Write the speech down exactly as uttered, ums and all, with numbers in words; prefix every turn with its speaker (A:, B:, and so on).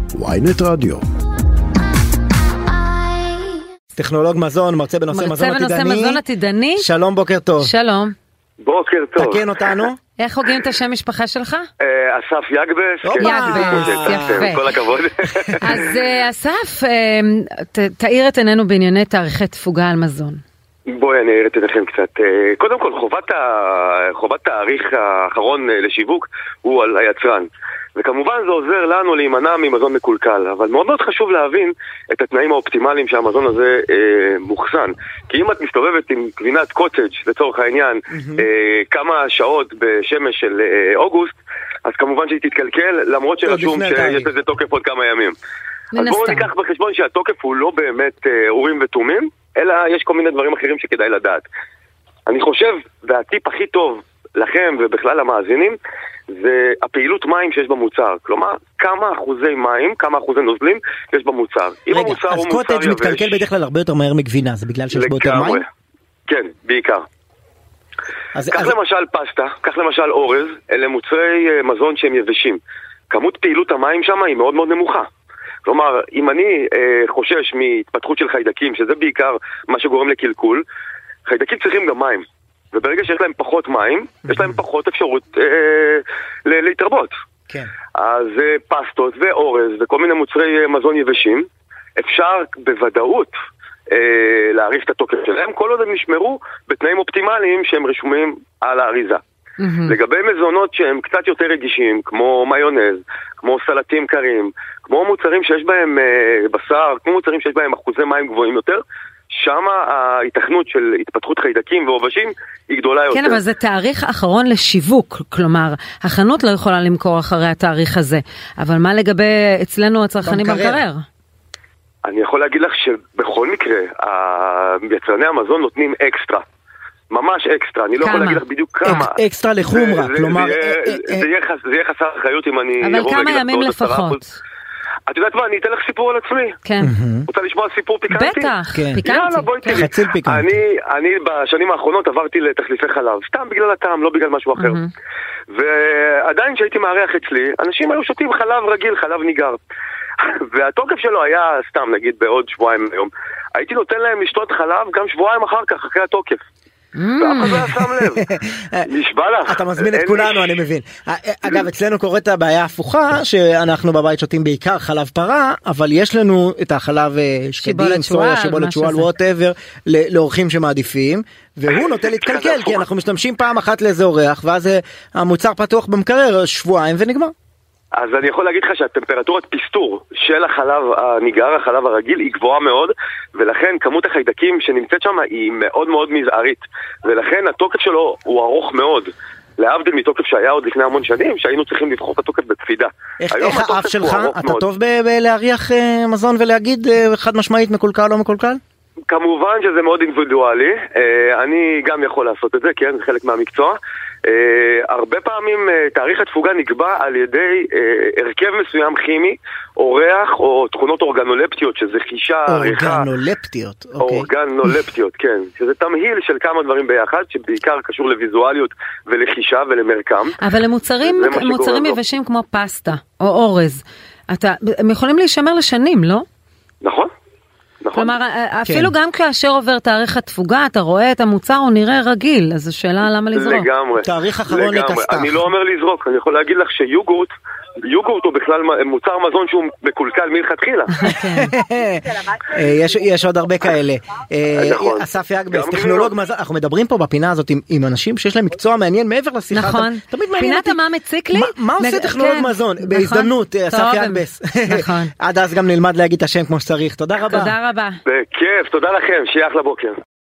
A: וויינט רדיו. טכנולוג מזון, מרצה בנושא מזון עתידני.
B: מרצה בנושא מזון עתידני.
A: שלום, בוקר טוב.
B: שלום.
C: בוקר טוב.
A: תקן אותנו.
B: איך הוגים את השם משפחה שלך?
C: אסף יגבס.
B: יגבס, יפה.
C: כל הכבוד.
B: אז אסף, תאיר את עינינו בענייני תאריכי תפוגה על מזון.
C: בואי אני אעיר את עיניכם קצת. קודם כל, חובת תאריך האחרון לשיווק הוא על היצרן. וכמובן זה עוזר לנו להימנע ממזון מקולקל, אבל מאוד מאוד חשוב להבין את התנאים האופטימליים שהמזון הזה אה, מוכסן. כי אם את מסתובבת עם גבינת קוטג' לצורך העניין mm-hmm. אה, כמה שעות בשמש של אה, אוגוסט, אז כמובן שהיא תתקלקל, למרות שרשום שיש לזה תוקף עוד כמה ימים. אז בואו ניקח בחשבון שהתוקף הוא לא באמת אה, אורים ותומים, אלא יש כל מיני דברים אחרים שכדאי לדעת. אני חושב, והטיפ הכי טוב לכם ובכלל המאזינים, זה הפעילות מים שיש במוצר. כלומר, כמה אחוזי מים, כמה אחוזי נוזלים יש במוצר.
A: רגע, אז קוטג' מתקלקל בדרך כלל הרבה יותר מהר מגבינה, זה בגלל שיש בו יותר מים?
C: כן, בעיקר.
A: אז,
C: כך
A: אז...
C: למשל פסטה, כך למשל אורז, אלה מוצרי מזון שהם יבשים. כמות פעילות המים שם היא מאוד מאוד נמוכה. כלומר, אם אני אה, חושש מהתפתחות של חיידקים, שזה בעיקר מה שגורם לקלקול, חיידקים צריכים גם מים. וברגע שיש להם פחות מים, יש להם פחות אפשרות אה, להתרבות.
A: כן.
C: אז אה, פסטות ואורז וכל מיני מוצרי אה, מזון יבשים, אפשר בוודאות אה, להאריך את התוקף שלהם, כל עוד הם נשמרו בתנאים אופטימליים שהם רשומים על האריזה. Mm-hmm. לגבי מזונות שהם קצת יותר רגישים, כמו מיונז, כמו סלטים קרים, כמו מוצרים שיש בהם אה, בשר, כמו מוצרים שיש בהם אחוזי מים גבוהים יותר, שם ההתכנות של התפתחות חיידקים ועובשים היא גדולה יותר.
B: כן, אבל זה תאריך אחרון לשיווק, כלומר, החנות לא יכולה למכור אחרי התאריך הזה, אבל מה לגבי אצלנו הצרכנים במקרר?
C: אני יכול להגיד לך שבכל מקרה, יצרני המזון נותנים אקסטרה. ממש אקסטרה, אני לא יכול להגיד לך בדיוק כמה.
A: אקסטרה לחומרה, כלומר...
C: זה יהיה חסר אחריות אם אני...
B: אבל כמה ימים לפחות?
C: את יודעת מה, אני אתן לך סיפור על עצמי.
B: כן.
C: רוצה לשמוע סיפור פיקנטי?
B: בטח, פיקנטי.
C: יאללה, בואי תראי.
A: חציל פיקנטי.
C: אני בשנים האחרונות עברתי לתחליפי חלב, סתם בגלל הטעם, לא בגלל משהו אחר. ועדיין שהייתי מארח אצלי, אנשים היו שותים חלב רגיל, חלב ניגר. והתוקף שלו היה סתם, נגיד, בעוד שבועיים היום. הייתי נותן להם לשתות חלב גם שבועיים אחר כך, אחרי התוקף. ואף אחד לא שם לב. נשבע לך.
A: אתה מזמין את כולנו, אני מבין. אגב, אצלנו קורית הבעיה הפוכה, שאנחנו בבית שותים בעיקר חלב פרה, אבל יש לנו את החלב שקדים, סויה, שיבולת שועל, whatever, לאורחים שמעדיפים, והוא נוטה להתקלקל, כי אנחנו משתמשים פעם אחת לאיזה אורח, ואז המוצר פתוח במקרר שבועיים ונגמר.
C: אז אני יכול להגיד לך שהטמפרטורת פיסטור של החלב הניגר, החלב הרגיל, היא גבוהה מאוד, ולכן כמות החיידקים שנמצאת שם היא מאוד מאוד מזערית, ולכן התוקף שלו הוא ארוך מאוד, להבדיל מתוקף שהיה עוד לפני המון שנים, שהיינו צריכים לבחור את התוקף בקפידה.
A: איך, איך האף שלך? אתה טוב בלהריח מזון ולהגיד חד משמעית מקולקל או לא מקולקל?
C: כמובן שזה מאוד אינדיבידואלי, אני גם יכול לעשות את זה, כן, זה חלק מהמקצוע. הרבה פעמים תאריך התפוגה נקבע על ידי הרכב מסוים כימי, או ריח, או תכונות אורגנולפטיות, שזה חישה, עריכה.
A: אורגנולפטיות, אוקיי.
C: אורגנולפטיות, כן. שזה תמהיל של כמה דברים ביחד, שבעיקר קשור לויזואליות ולחישה ולמרקם.
B: אבל למוצרים, מוצרים יבשים כמו פסטה, או אורז, אתה, הם יכולים להישמר לשנים, לא?
C: נכון.
B: כלומר, אפילו גם כאשר עובר תאריך התפוגה, אתה רואה את המוצר, הוא נראה רגיל, אז השאלה למה לזרוק?
C: לגמרי.
A: תאריך אחרון לכסתח. אני
C: לא אומר לזרוק, אני יכול להגיד לך שיוגורט, יוגורט הוא בכלל מוצר מזון שהוא מקולקל מלכתחילה.
A: יש עוד הרבה כאלה. אסף יגבס, טכנולוג מזון, אנחנו מדברים פה בפינה הזאת עם אנשים שיש להם מקצוע מעניין מעבר לשיחה.
B: נכון. פינת מה מציק לי?
A: מה עושה טכנולוג מזון? בהזדמנות, אסף יגבס. עד אז גם נלמד להגיד את השם כמו שצריך. תודה רבה.
B: תודה רבה.
C: בכיף, תודה לכם, שיהיה אחלה בוקר.